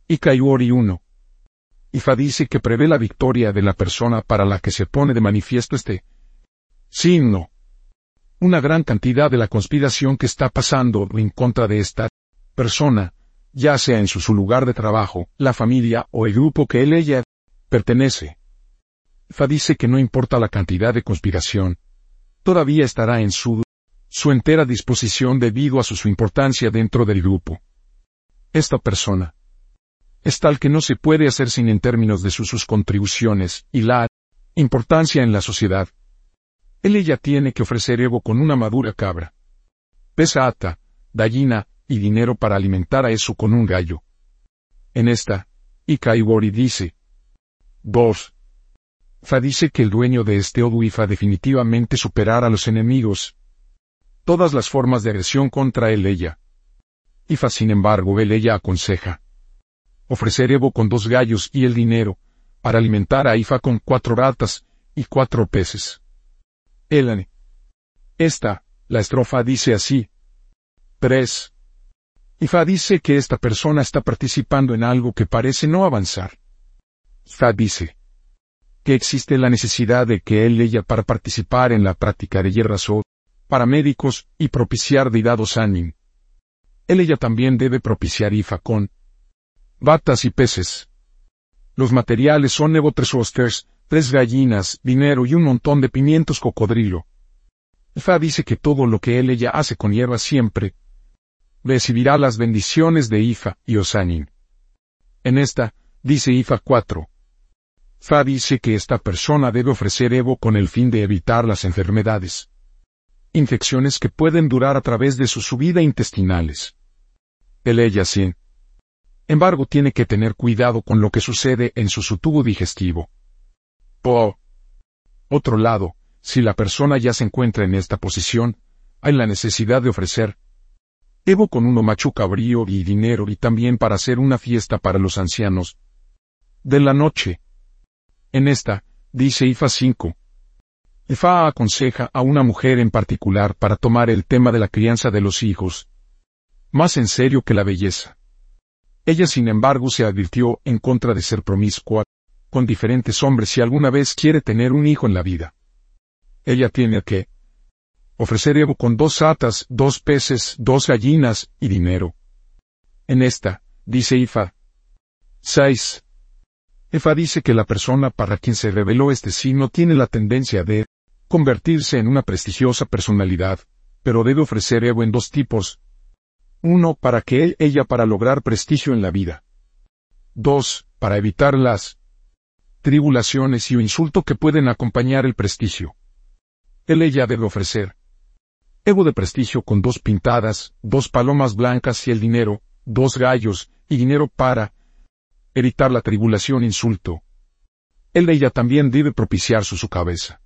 Ikaiwori 1. Ifa dice que prevé la victoria de la persona para la que se pone de manifiesto este signo. Una gran cantidad de la conspiración que está pasando en contra de esta persona, ya sea en su lugar de trabajo, la familia o el grupo que ella pertenece. Ifa dice que no importa la cantidad de conspiración, todavía estará en su entera disposición debido a su importancia dentro del grupo. Esta persona es tal que no se puede hacer sin en términos de sus contribuciones y la importancia en la sociedad. Ella tiene que ofrecer ego con una madura cabra, pesa ata, gallina y dinero para alimentar a eso con un gallo. En esta, Ikaiwori dice 2. Ifa dice que el dueño de este Odu Ifa definitivamente superará a los enemigos, todas las formas de agresión contra ella. Ifa sin embargo ella aconseja ofrecer Evo con 2 gallos y el dinero, para alimentar a Ifa con 4 ratas y 4 peces. La estrofa dice así. 3. Ifa dice que esta persona está participando en algo que parece no avanzar. Ifa dice que existe la necesidad de que ella para participar en la práctica de Yerraso, para médicos y propiciar Didados Anin. Ella también debe propiciar Ifa con batas y peces. Los materiales son Evo 3 oysters, 3 gallinas, dinero y un montón de pimientos cocodrilo. Ifa dice que todo lo que ella hace con hierba siempre recibirá las bendiciones de Ifa y Osanin. En esta, dice Ifa 4. Ifa dice que esta persona debe ofrecer Evo con el fin de evitar las enfermedades, infecciones que pueden durar a través de su subida intestinales. Ella sin embargo tiene que tener cuidado con lo que sucede en su tubo digestivo. Por otro lado, si la persona ya se encuentra en esta posición, hay la necesidad de ofrecer Evo con uno macho cabrío y dinero y también para hacer una fiesta para los ancianos de la noche. En esta, dice Ifa 5. Ifa aconseja a una mujer en particular para tomar el tema de la crianza de los hijos más en serio que la belleza. Ella sin embargo se advirtió en contra de ser promiscua con diferentes hombres si alguna vez quiere tener un hijo en la vida. Ella tiene que ofrecer Evo con 2 atas, 2 peces, 2 gallinas y dinero. En esta, dice Ifa 6. Ifa dice que la persona para quien se reveló este signo tiene la tendencia de convertirse en una prestigiosa personalidad, pero debe ofrecer Evo en 2 tipos. 1 para que ella para lograr prestigio en la vida. 2 para evitar las tribulaciones y insulto que pueden acompañar el prestigio. Ella debe ofrecer Evo de prestigio con 2 pintadas, 2 palomas blancas y el dinero, 2 gallos y dinero para evitar la tribulación e insulto. Ella también debe propiciar su cabeza.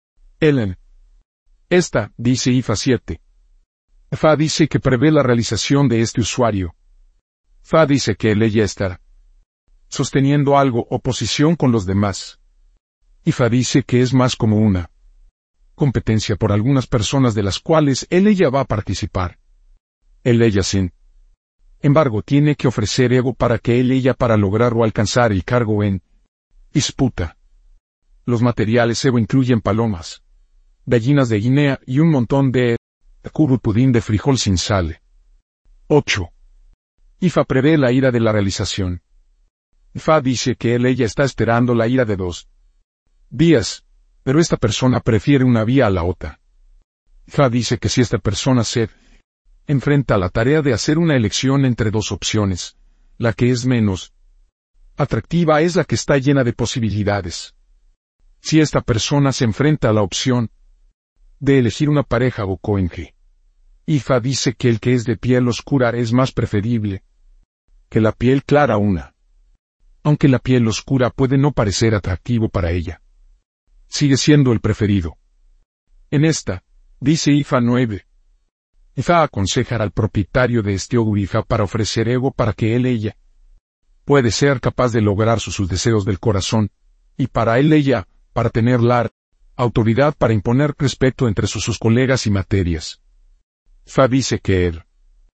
Esta, dice Ifa 7. Ifa dice que prevé la realización de este usuario. Ifa dice que ella estará sosteniendo algo o posición con los demás. Ifa dice que es más como una competencia por algunas personas de las cuales ella va a participar. Ella sin embargo tiene que ofrecer Evo para que ella para lograr o alcanzar el cargo en disputa. Los materiales Evo incluyen palomas, gallinas de Guinea y un montón de pudín de frijol sin sal. 8. Ifa prevé la ira de la realización. Ifa dice que ella está esperando la ira de 2 vías, pero esta persona prefiere una vía a la otra. Ifa dice que si esta persona se enfrenta a la tarea de hacer una elección entre 2 opciones, la que es menos atractiva es la que está llena de posibilidades. Si esta persona se enfrenta a la opción de elegir una pareja o cónyuge, Ifa dice que el que es de piel oscura es más preferible que la piel clara aunque la piel oscura puede no parecer atractivo para ella, sigue siendo el preferido. En esta, dice Ifa 9. Ifa aconseja al propietario de este Odu Ifa para ofrecer Evo para que ella puede ser capaz de lograr sus deseos del corazón, y para ella, para tener la autoridad para imponer respeto entre sus colegas y materias. Ifa dice que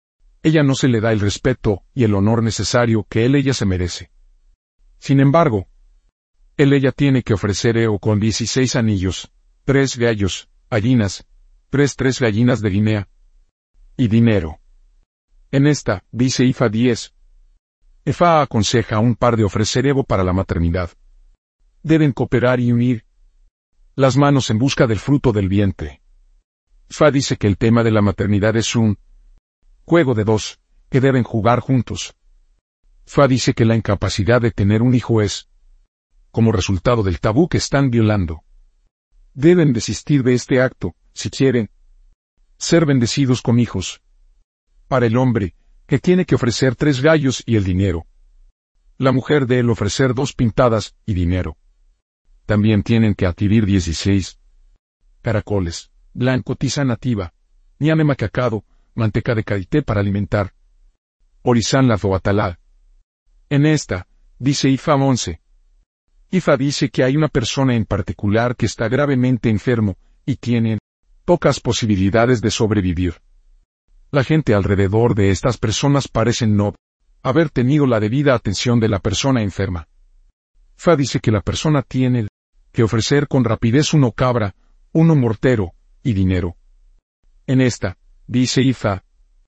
ella no se le da el respeto y el honor necesario que ella se merece. Sin embargo, ella tiene que ofrecer ego con 16 anillos, 3 gallos, gallinas, 3 gallinas de Guinea y dinero. En esta, dice Ifa 10. Ifa aconseja a un par de ofrecer ego para la maternidad. Deben cooperar y unir las manos en busca del fruto del vientre. Ifa dice que el tema de la maternidad es un juego de dos, que deben jugar juntos. Ifa dice que la incapacidad de tener un hijo es como resultado del tabú que están violando. Deben desistir de este acto, si quieren ser bendecidos con hijos. Para el hombre, que tiene que ofrecer 3 gallos y el dinero. La mujer debe ofrecer 2 pintadas y dinero. También tienen que adquirir 16 caracoles, blanco tiza nativa, ñame macacado, manteca de karité para alimentar. Orizán la zoatalá. En esta, dice Ifa 11. Ifa dice que hay una persona en particular que está gravemente enfermo, y tiene pocas posibilidades de sobrevivir. La gente alrededor de estas personas parecen no haber tenido la debida atención de la persona enferma. Ifa dice que la persona tiene que ofrecer con rapidez 1 cabra, 1 mortero, y dinero. En esta, dice Ifa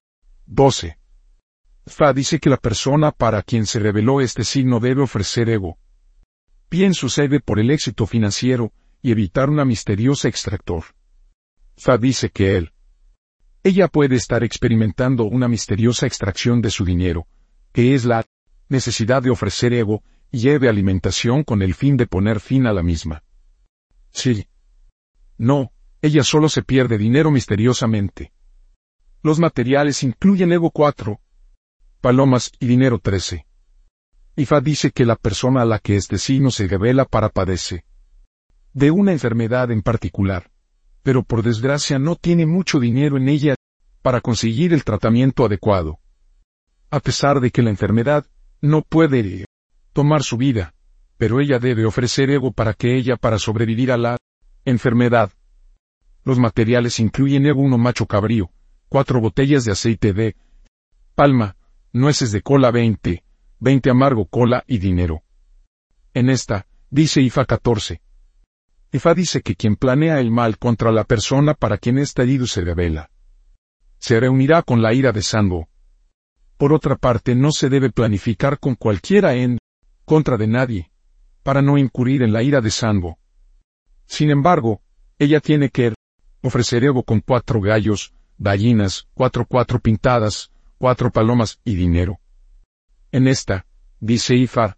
12. Ifa dice que la persona para quien se reveló este signo debe ofrecer ego. Bien sucede por el éxito financiero, y evitar una misteriosa extractor. Ifa dice que ella puede estar experimentando una misteriosa extracción de su dinero, que es la necesidad de ofrecer ego, y lleve alimentación con el fin de poner fin a la misma. Sí. No, ella solo se pierde dinero misteriosamente. Los materiales incluyen ego 4, palomas y dinero 13. Ifa dice que la persona a la que este signo se revela padece de una enfermedad en particular, pero por desgracia no tiene mucho dinero en ella para conseguir el tratamiento adecuado. A pesar de que la enfermedad no puede tomar su vida, pero ella debe ofrecer ego para sobrevivir a la enfermedad. Los materiales incluyen ego 1 macho cabrío, 4 botellas de aceite de palma, nueces de cola 20 amargo cola y dinero. En esta, dice Ifa 14. Ifa dice que quien planea el mal contra la persona para quien está herido se revela, se reunirá con la ira de Sanbo. Por otra parte, no se debe planificar con cualquiera en contra de nadie, para no incurrir en la ira de Sanbo. Sin embargo, ella tiene que ofrecer ego con 4 gallos, gallinas, 4 pintadas, 4 palomas y dinero. En esta, dice Ifa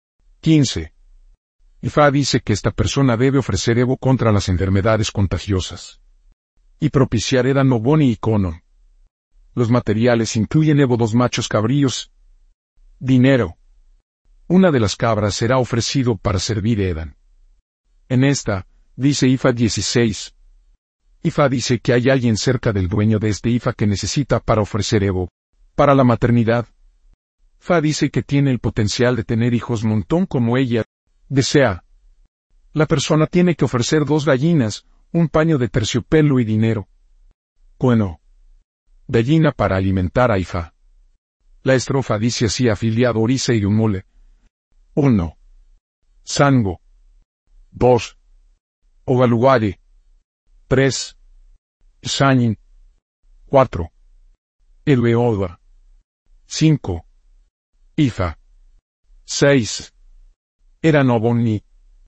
15. Ifa dice que esta persona debe ofrecer ego contra las enfermedades contagiosas y propiciar Edan Boni y Conon. Los materiales incluyen ego 2 machos cabríos, dinero. Una de las cabras será ofrecido para servir Edan. En esta, dice Ifa 16. Ifa dice que hay alguien cerca del dueño de este Ifa que necesita para ofrecer ego para la maternidad. Ifa dice que tiene el potencial de tener hijos montón como ella desea. La persona tiene que ofrecer 2 gallinas, un paño de terciopelo y dinero. Bueno. Gallina para alimentar a Ifa. La estrofa dice así: afiliado Orisa y Umole. 1. Sango. 2. Ovaluare. 3. Sanin. 4. Elueoda. 5. Ifa. 6. Eranoboni.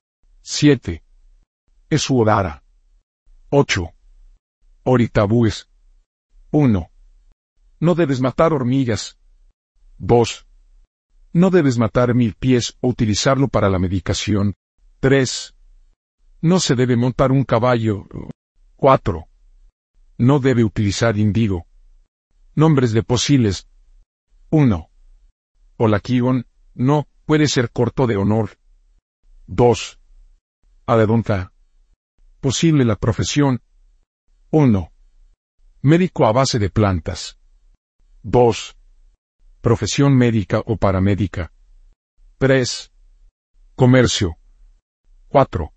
7. Esuodara. 8. Oritabúes. 1. No debes matar hormigas. 2. No debes matar 1000 pies o utilizarlo para la medicación. 3. No se debe montar un caballo. 4. No debe utilizar indigo. Nombres de posibles. 1. Olaquion, no, puede ser corto de honor. 2. Adedonta. Posible la profesión. 1. Médico a base de plantas. 2. Profesión médica o paramédica. 3. Comercio. 4.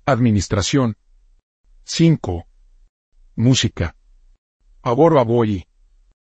Administración. 5. Música. Aboro aboyi.